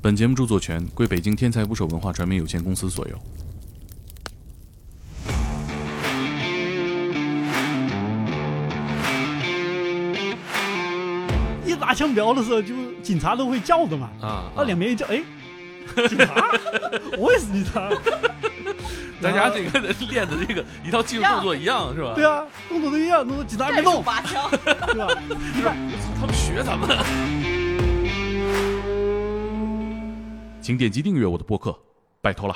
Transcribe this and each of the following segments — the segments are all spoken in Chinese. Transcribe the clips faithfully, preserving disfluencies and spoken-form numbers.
本节目著作权归北京天才捕手文化传媒有限公司所有。 一拉枪标的时候，就警察都会叫的嘛。啊，啊两边一叫，哎，警察，我也是警察。 大家这个练的这个一套技术动作一样是吧？ 对啊，动作都一样，动作警察别动， 拔枪， 对吧？ 你看他们学咱们。 请点击订阅我的播客，拜托了。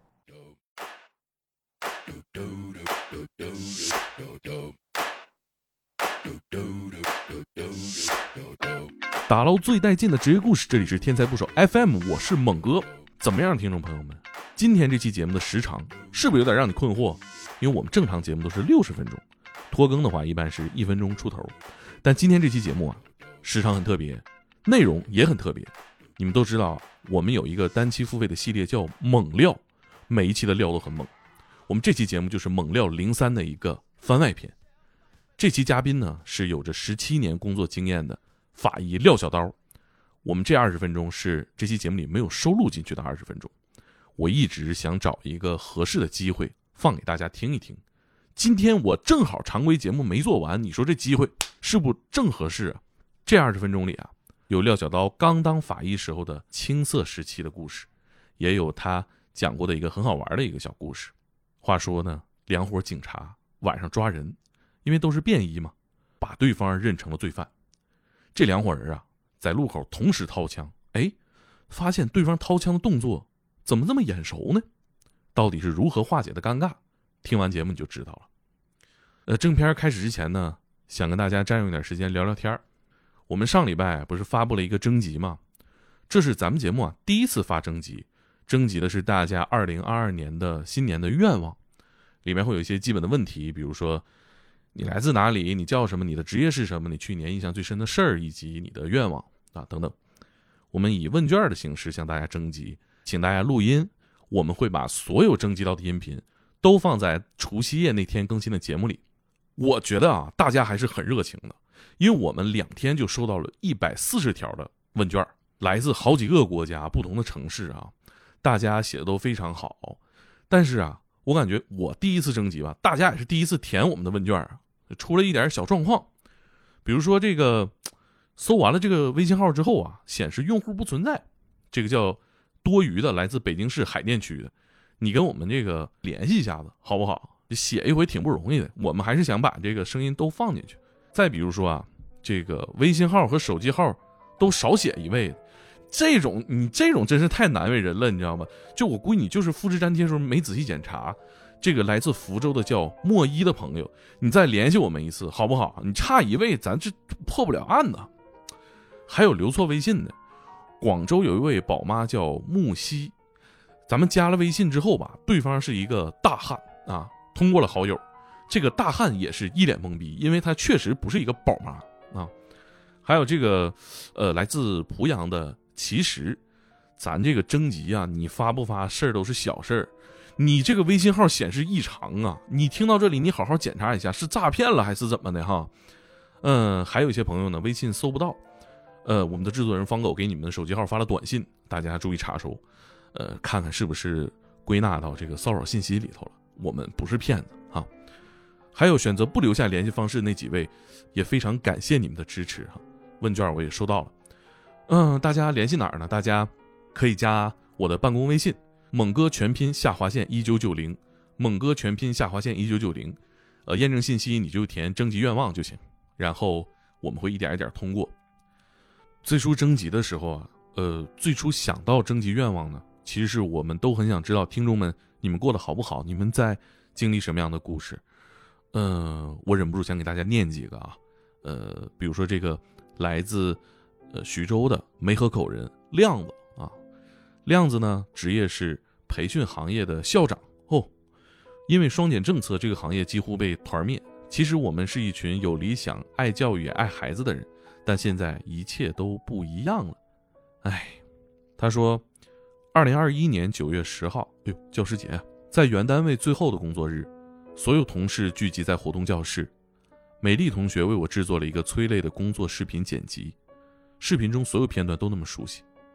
打捞最带劲的职业故事，这里是天才捕手 F M， 我是猛哥。怎么样，听众朋友们？今天这期节目的时长是不是有点让你困惑？因为我们正常节目都是六十分钟，拖更的话一般是一分钟出头。但今天这期节目啊，时长很特别，内容也很特别。你们都知道，我们有一个单期付费的系列叫猛料，每一期的料都很猛。我们这期节目就是猛料零三的一个番外篇。这期嘉宾呢是有着十七年工作经验的法医廖小刀。我们这二十分钟是这期节目里没有收录进去的二十分钟。我一直想找一个合适的机会放给大家听一听。今天我正好常规节目没做完，你说这机会是不是正合适啊？这二十分钟里啊，有廖小刀刚当法医时候的青涩时期的故事，也有他讲过的一个很好玩的一个小故事。话说呢，两伙警察晚上抓人，因为都是便衣嘛，把对方认成了罪犯。这两伙人啊，在路口同时掏枪，哎，发现对方掏枪的动作怎么这么眼熟呢？到底是如何化解的尴尬？听完节目你就知道了。呃，正片开始之前呢，想跟大家占用一点时间聊聊天。我们上礼拜不是发布了一个征集吗？这是咱们节目啊第一次发征集，征集的是大家二零二二年的新年的愿望，里面会有一些基本的问题，比如说你来自哪里，你叫什么，你的职业是什么，你去年印象最深的事儿，以及你的愿望啊等等。我们以问卷的形式向大家征集，请大家录音，我们会把所有征集到的音频都放在除夕夜那天更新的节目里。我觉得啊，大家还是很热情的，因为我们两天就收到了一百四十条的问卷，来自好几个国家不同的城市啊，大家写的都非常好。但是啊，我感觉我第一次征集吧，大家也是第一次填我们的问卷啊，出了一点小状况。比如说这个搜完了这个微信号之后啊，显示用户不存在，这个叫多余的来自北京市海淀区的，你跟我们这个联系一下子好不好？写一回挺不容易的，我们还是想把这个声音都放进去。再比如说啊，这个微信号和手机号都少写一位，这种你这种真是太难为人了，你知道吗？就我估计你就是复制粘贴的时候没仔细检查。这个来自福州的叫莫一的朋友，你再联系我们一次好不好？你差一位咱这破不了案呢。还有留错微信的，广州有一位宝妈叫木西，咱们加了微信之后吧，对方是一个大汉啊，通过了好友。这个大汉也是一脸懵逼，因为他确实不是一个宝妈啊。还有这个呃，来自濮阳的其实，咱这个征集啊，你发不发事儿都是小事儿，你这个微信号显示异常啊，你听到这里你好好检查一下，是诈骗了还是怎么的哈？嗯，还有一些朋友呢，微信搜不到，呃，我们的制作人方狗给你们的手机号发了短信，大家注意查收，呃，看看是不是归纳到这个骚扰信息里头了，我们不是骗子哈。还有选择不留下联系方式的那几位，也非常感谢你们的支持哈。问卷我也收到了，嗯，大家联系哪儿呢？大家可以加我的办公微信，猛哥全拼下划线一九九零，猛哥全拼下划线一九九零，呃，验证信息你就填征集愿望就行，然后我们会一点一点通过。最初征集的时候啊，呃，最初想到征集愿望呢，其实是我们都很想知道听众们你们过得好不好，你们在经历什么样的故事。呃，我忍不住想给大家念几个啊，呃，比如说这个来自呃徐州的梅河口人亮子啊，亮子呢职业是培训行业的校长哦，因为双减政策，这个行业几乎被团灭。其实我们是一群有理想、爱教育也爱孩子的人，但现在一切都不一样了。哎，他说，二零二一年九月十号，哎呦，教师节啊，在原单位最后的工作日，所有同事聚集在活动教室。美丽同学为我制作了一个催泪的工作视频剪辑，视频中所有片段都那么熟悉。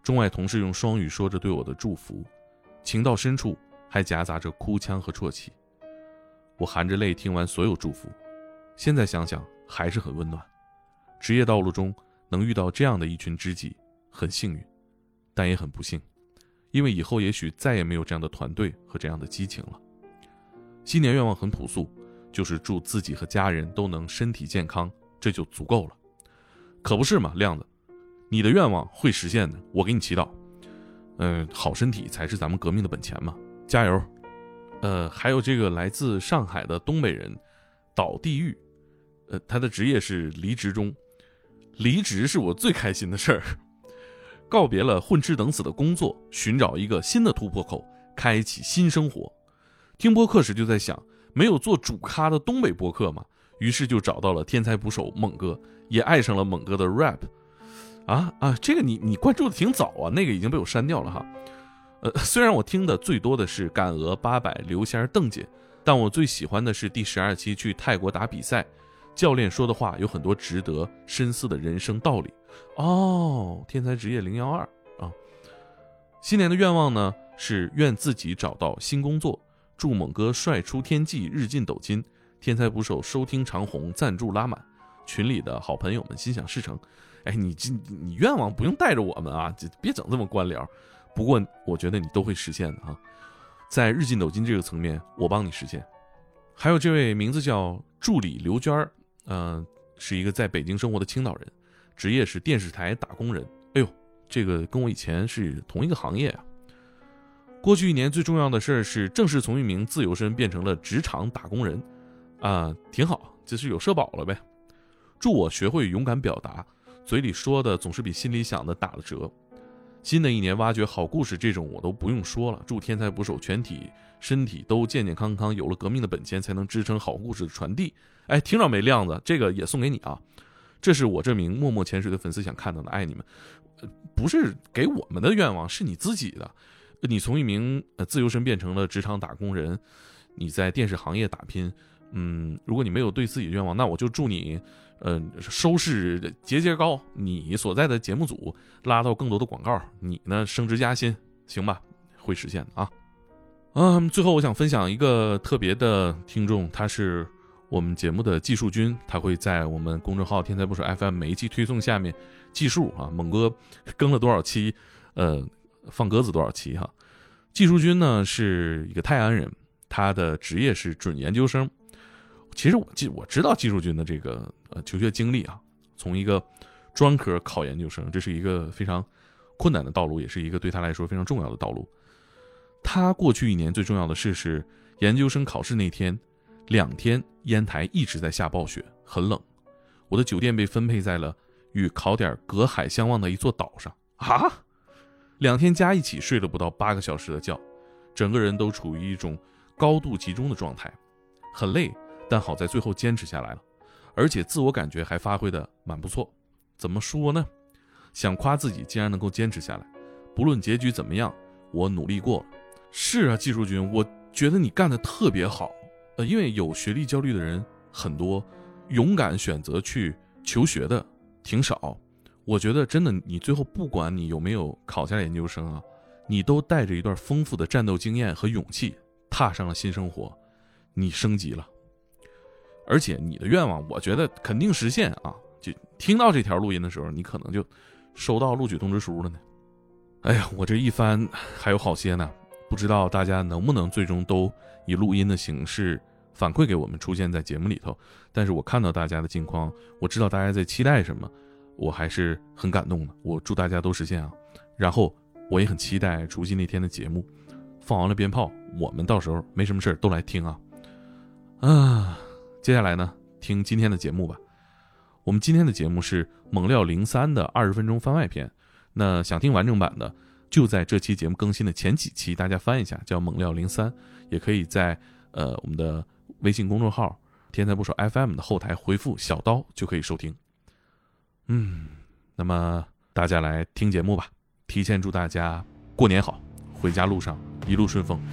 中外同事用双语说着对我的祝福，情到深处还夹杂着哭腔和啜泣。我含着泪听完所有祝福，现在想想还是很温暖。职业道路中能遇到这样的一群知己，很幸运，但也很不幸，因为以后也许再也没有这样的团队和这样的激情了。新年愿望很朴素，就是祝自己和家人都能身体健康，这就足够了。可不是嘛，亮子，你的愿望会实现的，我给你祈祷。嗯、呃，好身体才是咱们革命的本钱嘛，加油。呃，还有这个来自上海的东北人岛地狱，呃，他的职业是离职中，离职是我最开心的事儿。告别了混吃等死的工作，寻找一个新的突破口，开启新生活。听播客时就在想，没有做主咖的东北播客嘛，于是就找到了天才捕手猛哥，也爱上了猛哥的 rap。啊啊，这个你你关注的挺早啊，那个已经被我删掉了哈。呃，虽然我听的最多的是敢鹅、八百、刘仙、邓姐，但我最喜欢的是第十二期去泰国打比赛，教练说的话有很多值得深思的人生道理。哦，天才职业零一二啊！新年的愿望呢是愿自己找到新工作，祝猛哥帅出天际，日进斗金，天才捕手收听长虹，赞助拉满，群里的好朋友们心想事成。哎，你你愿望不用带着我们啊，别整这么官僚。不过我觉得你都会实现的啊，在日进斗金这个层面，我帮你实现。还有这位名字叫助理刘娟儿，呃，是一个在北京生活的青岛人，职业是电视台打工人。哎呦，这个跟我以前是同一个行业啊。过去一年最重要的事是正式从一名自由身变成了职场打工人，啊、呃，挺好，就是有社保了呗。祝我学会勇敢表达，嘴里说的总是比心里想的打了折。新的一年挖掘好故事，这种我都不用说了。祝天才捕手全体身体都健健康康，有了革命的本钱，才能支撑好故事的传递。哎，听着没，亮子，这个也送给你啊。这是我这名默默潜水的粉丝想看到的，爱你们。呃、不是给我们的愿望，是你自己的。你从一名呃自由身变成了职场打工人，你在电视行业打拼。嗯，如果你没有对自己的愿望，那我就祝你呃，收视节节高，你所在的节目组拉到更多的广告，你呢升职加薪，行吧？会实现的啊。嗯，最后我想分享一个特别的听众，他是我们节目的技术君，他会在我们公众号天才捕手 F M 每一期推送下面计数啊，猛哥更了多少期，呃，放鸽子多少期哈。技术君呢是一个泰安人，他的职业是准研究生。其实我记我知道技术君的这个呃求学经历啊，从一个专科考研究生，这是一个非常困难的道路，也是一个对他来说非常重要的道路。他过去一年最重要的事是研究生考试那天，两天烟台一直在下暴雪，很冷。我的酒店被分配在了与考点隔海相望的一座岛上啊，两天加一起睡了不到八个小时的觉，整个人都处于一种高度集中的状态，很累。但好在最后坚持下来了，而且自我感觉还发挥的蛮不错。怎么说呢？想夸自己竟然能够坚持下来，不论结局怎么样，我努力过了。是啊，技术君，我觉得你干得特别好。呃，因为有学历焦虑的人很多，勇敢选择去求学的挺少。我觉得真的，你最后不管你有没有考下来研究生啊，你都带着一段丰富的战斗经验和勇气，踏上了新生活，你升级了。而且你的愿望我觉得肯定实现啊，就听到这条录音的时候，你可能就收到录取通知书了呢。哎呀，我这一番还有好些呢，不知道大家能不能最终都以录音的形式反馈给我们，出现在节目里头。但是我看到大家的近况，我知道大家在期待什么，我还是很感动的。我祝大家都实现啊。然后我也很期待除夕那天的节目，放完了鞭炮，我们到时候没什么事都来听啊。啊，接下来呢，听今天的节目吧。我们今天的节目是猛料零三的二十分钟番外篇。那想听完整版的，就在这期节目更新的前几期，大家翻一下，叫猛料零三，也可以在呃我们的微信公众号天才捕手 F M 的后台回复小刀就可以收听。嗯，那么大家来听节目吧。提前祝大家过年好，回家路上一路顺风。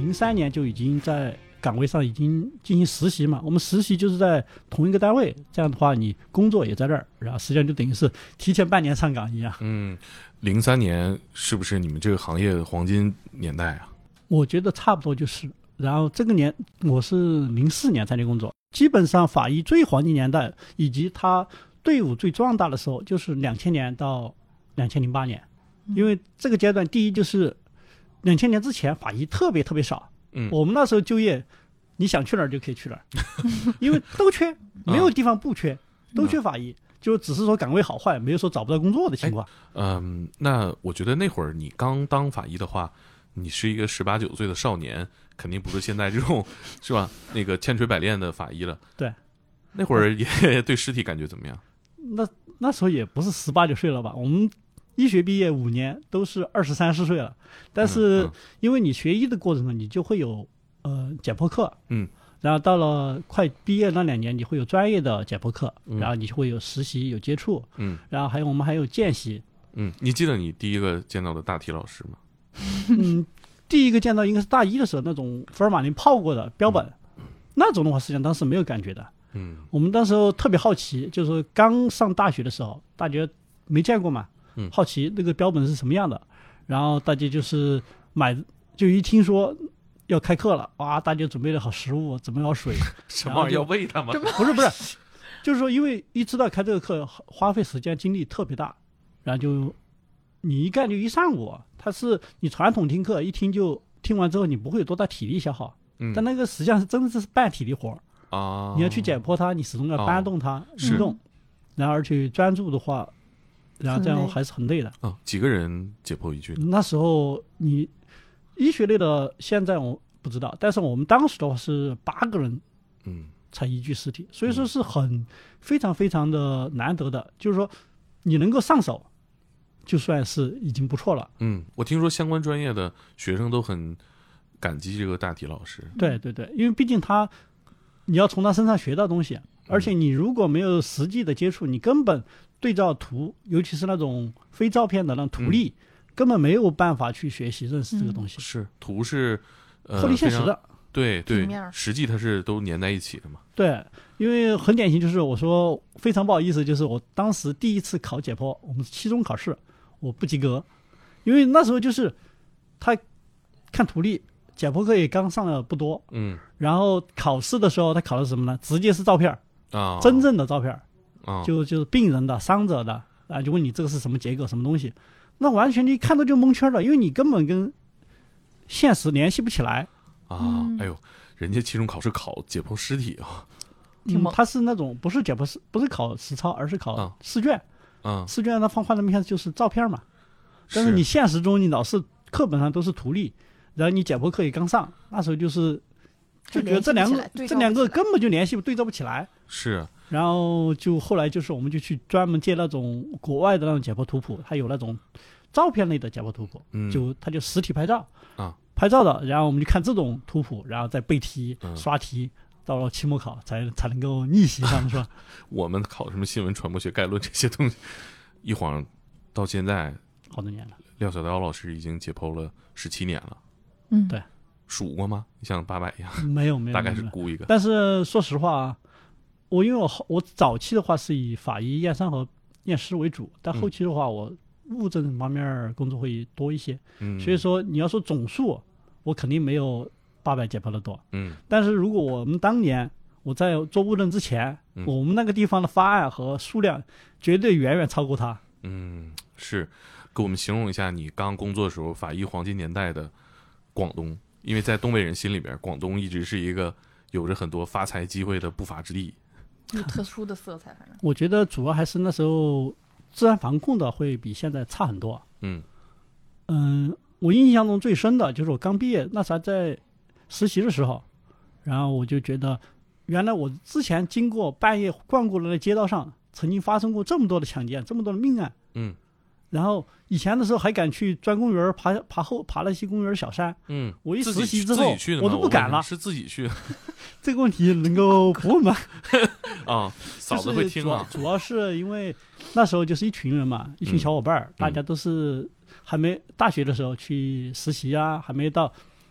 零三年就已经在岗位上已经进行实习嘛，我们实习就是在同一个单位，这样的话你工作也在这儿，然后实际上就等于是提前半年上岗一样。 嗯，零三年是不是你们这个行业的黄金年代啊？ 我觉得差不多就是。然后这个年我是零四年参加工作，基本上法医最黄金年代以及他队伍最壮大的时候就是两千年到两千零八年，因为这个阶段第一就是两千年之前法医特别特别少。嗯，我们那时候就业，你想去哪儿就可以去哪儿，因为都缺，没有地方不缺，都缺法医，就只是说岗位好坏，没有说找不到工作的情况。 嗯，那我觉得那会儿你刚当法医的话，你是一个十八九岁的少年，肯定不是现在这种是吧？那个千锤百炼的法医了。对，那会儿也对尸体感觉怎么样？ 那那时候也不是十八九岁了吧？我们医学毕业五年都是二十三四岁了，但是因为你学医的过程中，你就会有呃解剖课，嗯，然后到了快毕业那两年，你会有专业的解剖课，嗯、然后你就会有实习、有接触，嗯，然后还有我们还有见习， 嗯，你记得你第一个见到的大体老师吗？ 嗯，第一个见到应该是大一的时候，那种福尔马林泡过的标本，嗯、那种的话，实际上当时没有感觉的，嗯，我们当时特别好奇，就是刚上大学的时候，大家没见过嘛。好奇那个标本是什么样的，然后大家就是买，就一听说要开课了，哇，大家准备了好食物，准备好水， 什么要喂他吗？ 不是不是，就是说因为一知道开这个课花费时间精力特别大，然后就你一干就一上午，它是你传统听课一听就听完之后你不会有多大体力消耗，嗯，但那个实际上是真的是半体力活啊，你要去解剖它，你始终要搬动它运动，然后而且专注的话。然后这样还是很累的啊、哦！几个人解剖一具？ 那时候你医学类的，现在我不知道，但是我们当时的话是八个人，嗯，才一具尸体，所以说是很非常非常的难得的，就是说你能够上手，就算是已经不错了。 嗯，我听说相关专业的学生都很感激这个大体老师。 对对对，因为毕竟他你要从他身上学到东西，而且你如果没有实际的接触，你根本。对照图，尤其是那种非照片的那种图例、嗯，根本没有办法去学习认识这个东西。 嗯、是图是呃脱离现实的， 对对，实际它是都粘在一起的嘛。 对，因为很典型，就是我说非常不好意思，就是我当时第一次考解剖，我们期中考试我不及格，因为那时候就是他看图例，解剖课也刚上了不多，嗯，然后考试的时候他考的是什么呢？直接是照片啊、哦，真正的照片。就就是病人的伤者的啊，就问你这个是什么结构什么东西，那完全你看到就蒙圈了，因为你根本跟现实联系不起来啊、嗯。哎呦，人家期中考试考解剖尸体啊， 嗯，他是那种不是解剖尸，不是考实操，而是考试卷，嗯，试卷它放幻灯片就是照片嘛，但是你现实中你老是课本上都是图例，然后你解剖课也刚上，那时候就是就觉得这两个这两个根本就联系对照不起来， 是。 然后就后来就是我们就去专门借那种国外的那种解剖图谱，它有那种照片类的解剖图谱，嗯，就它就实体拍照啊，拍照的，然后我们就看这种图谱，然后再背题、嗯、刷题，到了期末考才才能够逆袭上，是吧？ 我们考什么新闻传播学概论这些东西，一晃到现在好多年了。 廖小刀老师已经解剖了十七年了， 嗯，对， 数过吗？你像八百一样？ 没有没有， 大概是估一个。 但是说实话。我因为我我早期的话是以法医验伤和验尸为主，但后期的话我物证方面工作会多一些，嗯，所以说你要说总数，我肯定没有八百解剖的多，嗯，但是如果我们当年我在做物证之前，嗯、我们那个地方的发案和数量绝对远远超过他。 嗯，是，给我们形容一下你刚工作的时候法医黄金年代的广东，因为在东北人心里边，广东一直是一个有着很多发财机会的不法之地。 有特殊的色彩，反正我觉得主要还是那时候治安防控的会比现在差很多。嗯嗯，我印象中最深的就是我刚毕业那时候在实习的时候，然后我就觉得，原来我之前经过半夜逛过的街道上，曾经发生过这么多的抢劫，这么多的命案。嗯。然后以前的时候还敢去钻公园爬爬后爬那些公园小山，嗯，我一实习之后我都不敢了， 是自己去的。 这个问题能够不问吗？ 啊，嫂子会听啊。 主要是因为那时候就是一群人嘛，一群小伙伴、嗯，大家都是还没大学的时候去实习啊，还没到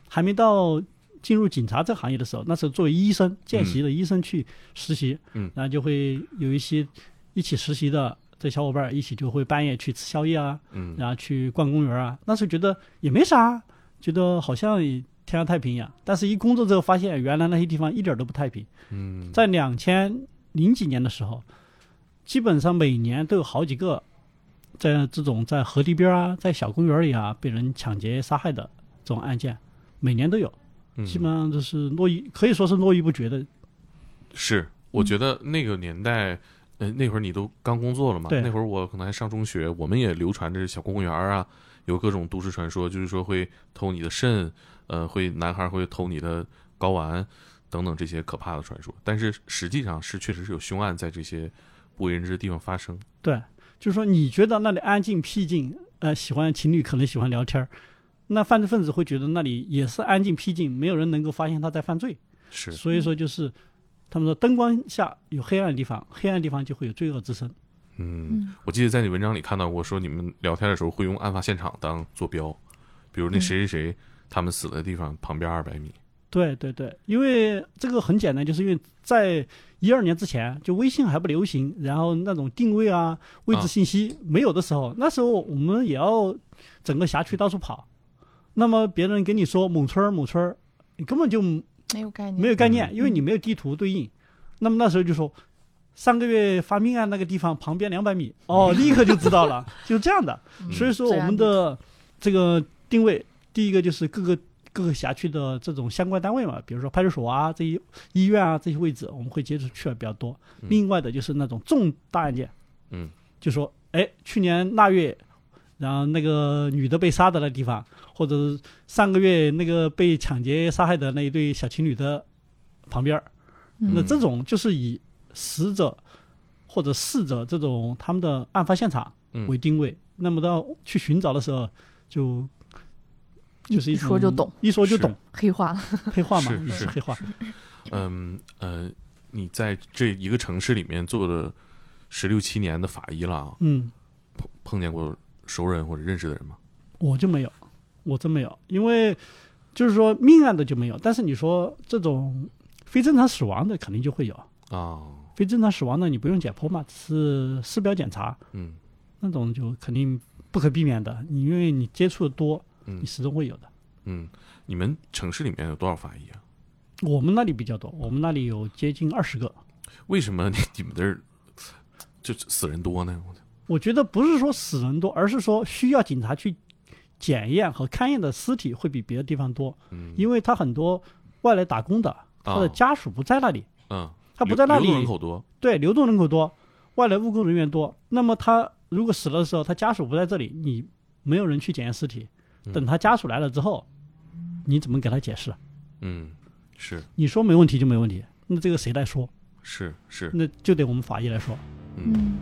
还没到进入警察这行业的时候，那时候作为医生见习的医生去实习， 嗯， 然后就会有一些一起实习的这小伙伴一起就会半夜去吃宵夜啊， 嗯， 然后去逛公园啊。那时候觉得也没啥，觉得好像天下太平一样。但是一工作之后发现，原来那些地方一点都不太平。 嗯， 在两千零几年的时候，基本上每年都有好几个在这种在河堤边啊，在小公园里啊被人抢劫杀害的这种案件，每年都有，基本上就是络绎，可以说是络绎不绝的。 是，我觉得那个年代。呃，那会儿你都刚工作了嘛？ 对， 那会儿我可能还上中学，我们也流传着小公园啊，有各种都市传说，就是说会偷你的肾，呃，会男孩会偷你的睾丸等等这些可怕的传说。但是实际上是确实是有凶案在这些不为人知的地方发生。 对，就是说你觉得那里安静僻静，呃，喜欢情侣可能喜欢聊天，那犯罪分子会觉得那里也是安静僻静，没有人能够发现他在犯罪。 是， 所以说就是他们说灯光下有黑暗的地方，黑暗的地方就会有罪恶之声。 嗯，我记得在你文章里看到过，说你们聊天的时候会用案发现场当坐标，比如那谁谁谁、嗯、他们死的地方旁边二百米。 对对对，因为这个很简单，就是因为在一二年之前，就微信还不流行，然后那种定位啊、位置信息没有的时候，啊、那时候我们也要整个辖区到处跑。那么别人跟你说某村某村，你根本就没有概念， 没有概念，因为你没有地图对应。嗯、那么那时候就说，上个月发命案那个地方旁边两百米，哦，立刻就知道了，就这样的。 嗯、 所以说我们的这个定位，第一个就是各个各个辖区的这种相关单位嘛，比如说派出所啊、这些医院啊这些位置，我们会接触去的比较多。 嗯、 另外的就是那种重大案件， 嗯， 就说，哎，去年腊月。然后那个女的被杀的那地方，或者是上个月那个被抢劫杀害的那一对小情侣的旁边，嗯、那这种就是以死者或者逝者这种他们的案发现场为定位。嗯、那么到去寻找的时候，就就是一一说就懂， 一说就懂， 黑化了， 黑化嘛， 是是黑化。 嗯呃，你在这一个城市里面做了十六七年的法医了， 嗯， 碰碰见过熟人或者認識的人嗎？ 我就沒有，我真沒有，因為就是說命案的就沒有，但是你說這種非正常死亡的肯定就會有啊。 哦， 非正常死亡的你不用解剖嘛，只是屍表檢查， 嗯， 那種就肯定不可避免的，你因為你接觸的多， 嗯， 你始終會有的。 嗯，你們城市裡面有多少法醫啊？ 我們那裡比較多，我們那裡有接近二十個。 為什麼你你們這兒就死人多呢？ 我覺得不是說死人多，而是說需要警察去檢驗和勘驗的屍體會比別的地方多。嗯，因為他很多外來打工的，他的家屬不在那裡。 嗯， 他不在那裡， 流動人口多。 對，流動人口多，外來務工人員多。那麼他如果死了的時候，他家屬不在這裡，你沒有人去檢驗屍體。等他家屬來了之後，你怎麼給他解釋？ 嗯，是。 你說沒問題就沒問題，那這個誰來說？ 是是， 那就得我們法醫來說。 嗯。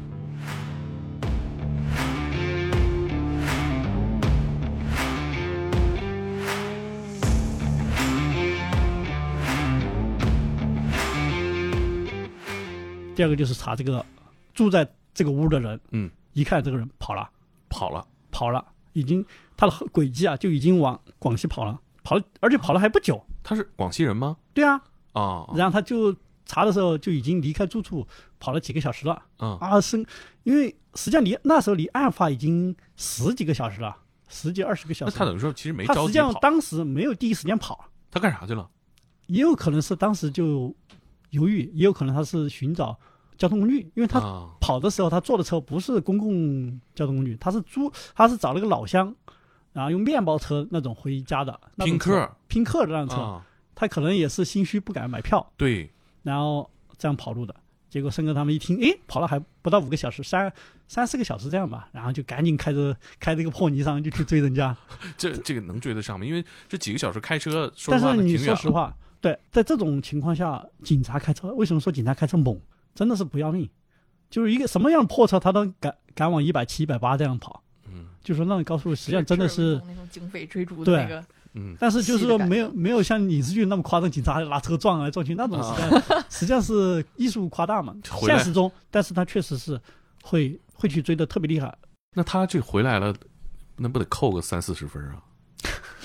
第二個就是查這個住在這個屋的人， 嗯， 一看這個人跑了， 跑了， 跑了，已經他的軌跡啊就已經往廣西跑了，跑了，而且跑了還不久。 他是廣西人嗎？ 對啊， 啊、哦， 然後他就查的時候就已經離開住處跑了幾個小時了， 嗯啊，是因為實際上離那時候離案發已經十幾個小時了，十幾二十個小時。 那他等於說其實沒着急跑。 他實際上當時沒有第一時間跑， 他幹啥去了？ 也有可能是當時就猶豫，也有可能他是尋找交通工具，因為他跑的時候他坐的車不是公共交通工具，他是租，他是找了個老鄉，然後用麵包車那種回家的拼客拼客的那種車、 啊， 他可能也是心虛不敢買票， 對， 然後這樣跑路的。結果申哥他們一聽，誒，跑了還不到五個小時，三三四個小時這樣吧，然後就趕緊開着開這個破泥裳就去追人家。 這這個能追得上嗎？因為這幾個小時開車， 但是你說實話，對，在這種情況下，警察開車，為什麼說警察開車猛？真的是不要命，就是一個什麼樣的破車，他都敢敢往一百七、一百八這樣跑。嗯，就是那種高速，實際上真的是那種警匪追逐的那個。 嗯， 但是就是說沒有沒有像影視劇那麼誇張，警察拿車撞來撞去那種，實際上、啊、實際上是藝術誇大嘛。現實中，但是他確實是會會去追得特別厲害。 那他這回來了，那不得扣個三四十分啊？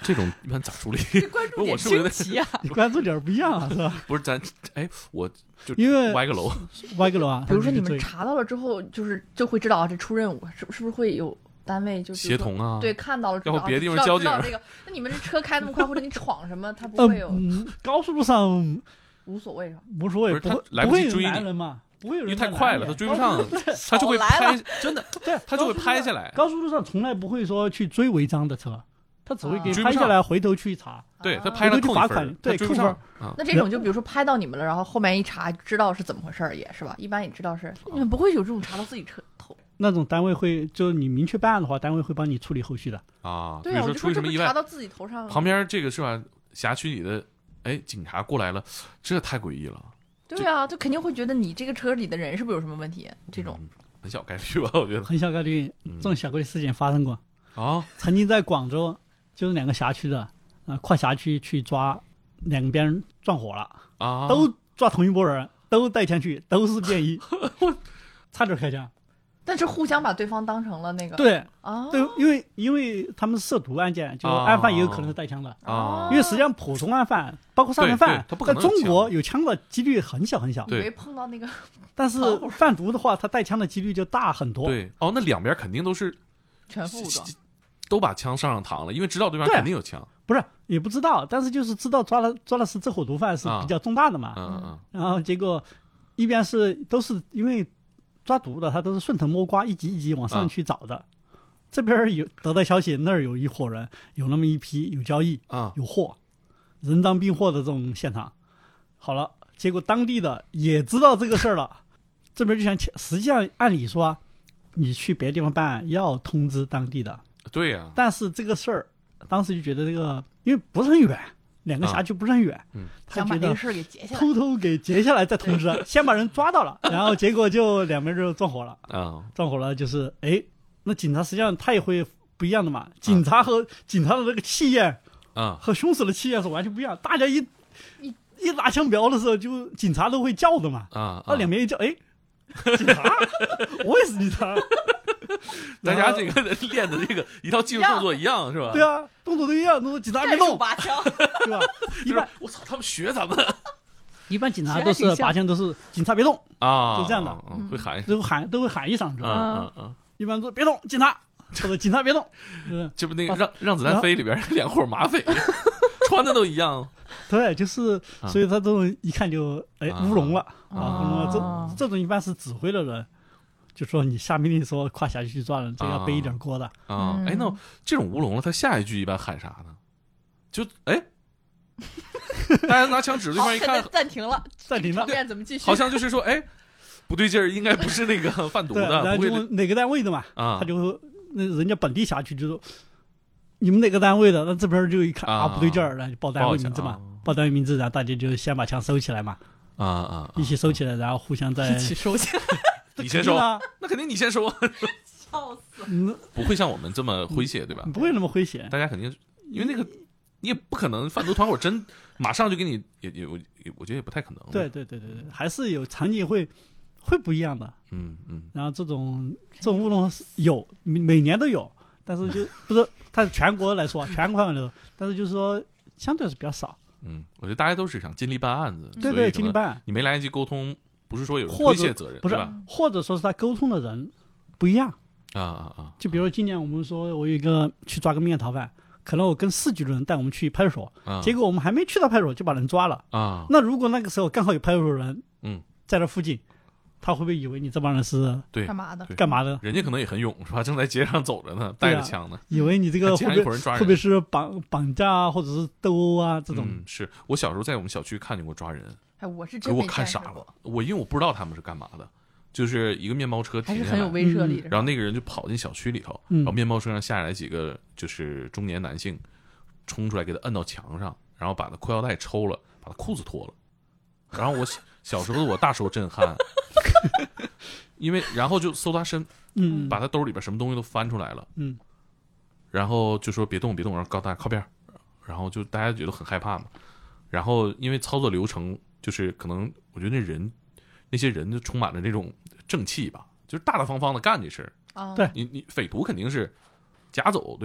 这种一般咋处理？ 关注点我是不是有点清奇啊！ 你关注点不一样啊，是吧？ 不是咱哎，我就因为歪个楼， 歪个楼啊。 比如说你他就去追们查到了之后，就是就会知道啊，这出任务是是不是会有单位就是协同啊， 对，看到了知道， 要不别的地方知道交警知道这个。那你们这车开那么快，或者你闯什么，他不呃会有嗯，高速路上无所谓是吧？ 无所谓， 不是他不会来不会有不及追你男人嘛，不会有因为人在太快了， 拦你他追不上， 对他就会少来拍，真的， 对， 他就会高速路拍下来。 高速路上从来不会说去追违章的车，他只会给啊拍追不上下来回头去查。 对他啊拍了扣你回头就罚款分， 对他追不上扣啊。 那这种就比如说拍到你们了，然后后面一查知道是怎么回事儿，也是吧？一般也知道是，你们不会有这种查到自己车头。 那种单位会，就是你明确办案的话，单位会帮你处理后续的。 啊，比对啊， 如说我就说出什么意外， 这不查到自己头上了。 旁边这个是吧？辖区里的哎，警察过来了，这太诡异了。 对啊，就肯定会觉得你这个车里的人是不是有什么问题？这种嗯很小概率吧，我觉得很小概率， 嗯这种小概率事件发生过。 啊， 曾经在广州，就是两个辖区的，啊、呃，跨辖区去抓，两边撞火了， 啊， 都抓同一拨人，都带枪去，都是便衣，差点开枪。 但是互相把对方当成了那个对啊， 对，因为因为他们是涉毒案件，就案犯也有可能是带枪的。 啊因为实际上普通案犯，包括杀人对犯对他不，可在能有中国有枪的几率很小很小。 对以为碰到那个但是贩毒的话，他带枪的几率就大很多。 对哦，那两边肯定都是全副武装， 都把枪上上膛了，因为知道对方对肯定有枪。 不是也不知道，但是就是知道抓了抓的是这伙毒贩是比较重大的嘛。 嗯嗯然后结果一边是都是因为抓毒的，他都是顺藤摸瓜，一级一级往上去找的。这边有得到消息，那儿有一伙人，有那么一批有交易、 嗯啊有货，人赃并获的这种现场。好了，结果当地的也知道这个事儿了，这边就想，实际上按理说，你去别的地方办案要通知当地的， 对呀， 但是这个事儿，当时就觉得这个因为不是很远，两个辖区不是很远， 嗯， 他觉得想把这个事儿给结下来。 偷偷给截下来再通知，先把人抓到了，然后结果就两边就撞火了， 啊撞火了就是哎，那警察实际上他也会不一样的嘛，警察和警察的这个气焰啊和凶手的气焰是完全不一样，大家一一一拿枪瞄的时候，就警察都会叫的嘛， 啊啊两边一叫，哎，警察，我也是警察， 大家这个练的这个一套技术动作一样是吧？ 对啊，动作都一样，都是警察别战术动， 拔枪， 对吧？一般我操，他们学咱们一般警察都是拔枪都是警察别动， 啊， 就这样的嗯会喊都喊都会喊一声，知道吧？ 嗯嗯嗯， 一般都别动，警察或者警察别动，是这不那个让让子弹飞里边两伙马匪穿的都一样对，就是啊所以他这种一看就哎啊乌龙了啊啊，乌龙了。这这种一般是指挥的人，就说你下命令说跨辖区去抓人，这要背一点锅的。 啊！哎，那这种乌龙了，他下一句一般喊啥呢？就哎，大家拿枪指对好， 方一看现在，暂停了， 暂停了场面怎么继续？ 好像就是说，哎，不对劲儿，应该不是那个贩毒对， 的， 然后不会就问哪个单位的嘛， 啊他就会那人家本地辖区就说你们哪个单位的，那这边就一看啊啊不对劲儿，然后就报单位名字嘛报一下啊， 报单位名字，然后大家就先把枪收起来嘛， 啊啊！ 一起收起来，然后互相再一起收起来， 你先收， 啊， 那肯定你先收啊， 笑死！ 嗯， 不会像我们这么诙谐，对吧？ 不会那么诙谐。 大家肯定因为那个你也不可能贩毒团伙真马上就给你，也也我我觉得也不太可能。 对，对对对对，还是有场景会会不一样的。 嗯嗯然后这种这种乌龙有每每年都有，但是就不是它全国来说，全国范围来说，但是就是说相对是比较少。 嗯，我觉得大家都是想尽力办案子， 对对， 所以什么尽力办案， 你没来得及沟通，不是说有人或者推卸责任， 不是对吧？ 或者说是他沟通的人不一样。 啊啊啊！ 就比如今年我们说我有一个去抓个面逃犯，可能我跟四局的人带我们去派出所， 啊结果我们还没去到派出所就把人抓了。 啊， 那如果那个时候刚好有派出所人嗯， 在这附近，他会不会以为你这帮人是对干，嘛的？ 对干嘛的？ 人家可能也很勇，是吧？正在街上走着呢，带着枪呢， 以为你这个还会不会竟然一伙人抓人会不会是绑绑架啊，或者是斗殴啊这种？ 嗯，是我小时候在我们小区看见过抓人， 哎，我是给我真没看傻了见识过，。 我因为我不知道他们是干嘛的，就是一个面包车还是很有停下来， 威慑力的。 然后那个人就跑进小区里头， 嗯然后面包车上下来几个就是中年男性，冲出来给他摁到墙上，然后把他裤腰带抽了，把他裤子脱了。然后我小小时候的我大受震撼，因为然后就搜他身， 嗯， 把他兜里边什么东西都翻出来了， 嗯然后就说别动别动，然后告诉大家靠边儿，然后就大家觉得很害怕嘛。然后因为操作流程就是可能我觉得那人那些人就充满了这种正气吧，就是大大方方的干这事儿。 啊， 对你你匪徒肯定是夹走对吧？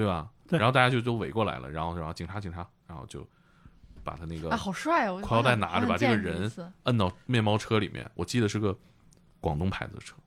对然后大家就都围过来了，然后然后警察警察，然后就把他那个啊，好帅哦！ 裤腰带拿着， 好想把这个见人一次摁到面包车里面，我记得是个广东牌子的车，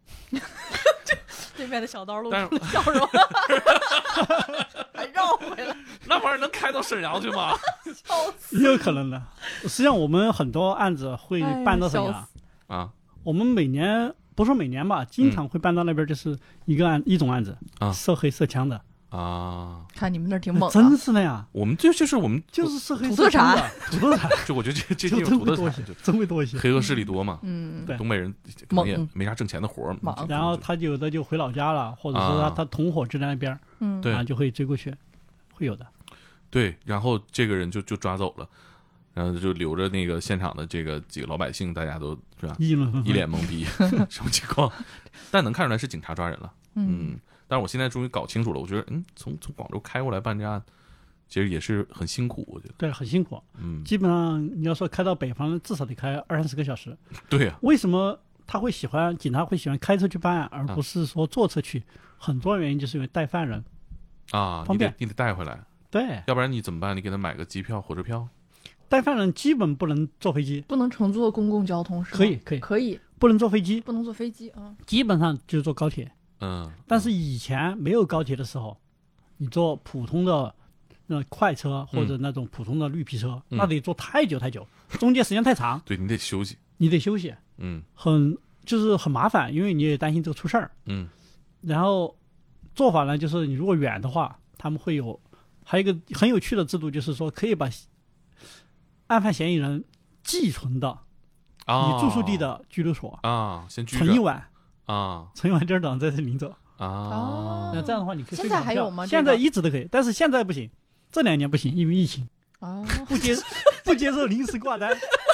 对面的小刀露但是出了笑容，还绕回来， 那玩意儿能开到沈阳去吗？ 笑死！ 也有可能的。实际上，我们很多案子会办到沈阳。 哎呀啊我们每年不说每年吧，经常会办到那边，就是一个案、一种案子啊涉黑涉枪的， 啊！ 看你们那儿挺猛、啊， 真是的呀， 我们这就是我们就是涉黑土特涉枪的，土特产就我觉得这这就地方土特真会多一些产就， 真会多一些。 黑恶势力多嘛， 嗯， 对东北人可能也猛没啥挣钱的活儿， 猛就然后他有的就回老家了，或者说他啊他同伙就在那边， 嗯， 对啊，就会追过去，会有的。 对，然后这个人就就抓走了，然后就留着那个现场的这个几个老百姓，大家都是吧， 议论纷纷， 一脸懵逼，什么情况？但能看出来是警察抓人了， 嗯， 嗯，但是我现在终于搞清楚了，我觉得，嗯，从从广州开过来办这案，其实也是很辛苦，我觉得， 对，很辛苦。 嗯， 基本上你要说开到北方，至少得开二三十个小时。 对呀、 为什么他会喜欢警察会喜欢开车去办案，而不是说坐车去？很多原因就是因为带犯人。 啊， 方便你得你得带回来， 对， 要不然你怎么办？你给他买个机票、火车票带犯人基本不能坐飞机， 不能乘坐公共交通是吗？ 可以可以， 可以， 不能坐飞机， 不能坐飞机啊。 基本上就是坐高铁。 嗯， 但是以前没有高铁的时候，你坐普通的那快车或者那种普通的绿皮车， 嗯那得坐太久太久，中间时间太长， 对你得休息， 你得休息， 嗯很就是很麻烦，因为你也担心这个出事儿。 嗯然后做法呢，就是你如果远的话，他们会有还有一个很有趣的制度，就是说可以把案犯嫌疑人寄存到啊， 你住宿地的拘留所， 啊，先拘着存一晚， 啊存一晚，第二早再去领走。 啊哦那这样的话，你可以现睡不着觉在还有吗现在这个一直都可以，但是现在不行，这两年不行，因为疫情啊， 不接不接受临时挂单。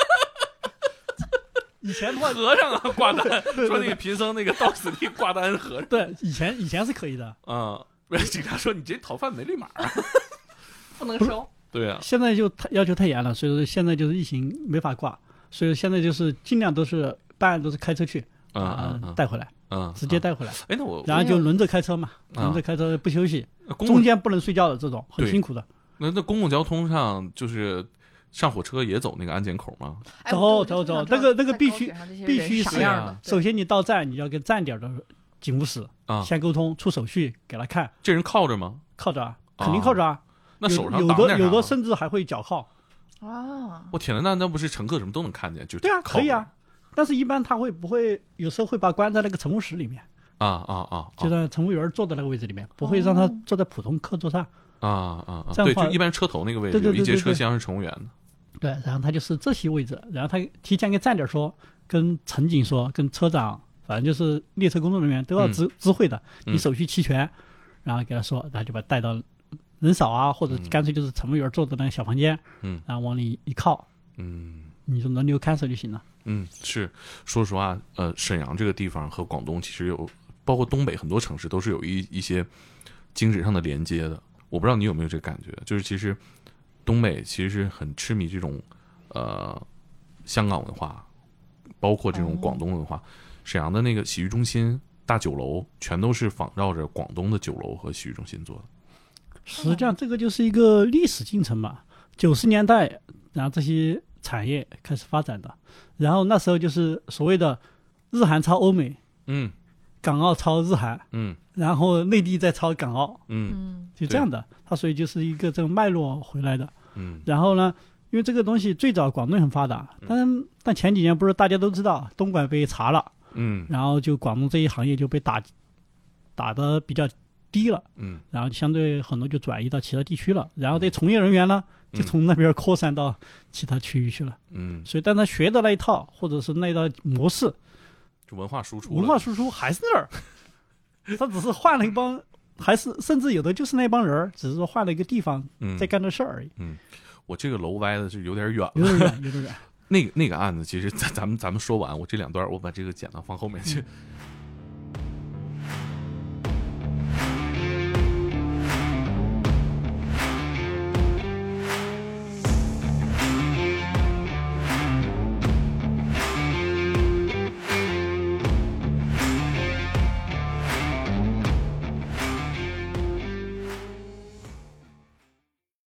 以前的话， 和尚啊挂单，说那个贫僧那个到此地挂单和尚对，以前以前是可以的， 啊，不是警察说你这逃犯没绿码， 不能收。 对呀、 现在就太要求太严了，所以说现在就是疫情没法挂，所以现在就是尽量都是办案都是开车去嗯啊、 嗯带回来， 嗯， 直接带回来， 哎，那我然后就轮着开车嘛， 啊轮着开车不休息， 公共中间不能睡觉的这种很对辛苦的。 那那公共交通上就是上火车也走那个安检口吗？ 哎走我就走走想知道那个那个在必须高铁上这些必人啥须是啊样的？ 首先你到站，你要跟站点的警务室啊， 先沟通，出手续给他看， 这人靠着吗？ 靠着啊，肯定靠着啊。 那手上有有的有的挡点啥吗甚至还会脚铐。 啊， 我天呐，那那不是乘客什么都能看见？就对啊， 靠着可以啊。但是，一般他会不会有时候会把关在那个乘务室里面， 啊啊啊！ 就让乘务员坐在那个位置里面，不会让他坐在普通客座上。 啊啊啊！对， 这样的话就一般车头那个位置对对对有一节对对车厢是乘务员的。 对，然后他就是这些位置，然后他提前跟站点说，跟乘警说，跟车长，反正就是列车工作人员都要知、知会的， 嗯你手续齐全，然后给他说，然后就把他带到人少啊，或者干脆就是乘务员坐的那个小房间， 嗯， 然后往里一靠， 嗯你就轮流看守就行了。 嗯，是。说实话，呃，沈阳这个地方和广东其实有，包括东北很多城市都是有一一些精神上的连接的。我不知道你有没有这个感觉，就是其实东北其实是很痴迷这种呃香港文化，包括这种广东文化。沈阳的那个洗浴中心、大酒楼，全都是仿照着广东的酒楼和洗浴中心做的。 实际上，这个就是一个历史进程嘛。九十年代，然后这些产业开始发展的，然后那时候就是所谓的日韩抄欧美， 嗯港澳抄日韩， 嗯然后内地再抄港澳， 嗯嗯就这样的。它所以就是一个这个脉络回来的。 嗯然后呢，因为这个东西最早广东很发达，但但前几年不是大家都知道东莞被查了， 嗯然后就广东这一行业就被打打得比较低了， 嗯然后相对很多就转移到其他地区了，然后这从业人员呢就从那边扩散到其他区域去了。 嗯， 所以但他学的那一套或者是那一套模式， 就文化输出了， 文化输出还是那儿，他只是换了一帮，还是甚至有的就是那帮人，只是说换了一个地方嗯在干这事儿而已， 我这个楼歪的是有点远了， 有点远，有点远。 那个那个案子，其实咱咱们咱们说完，我这两段我把这个剪到放后面去。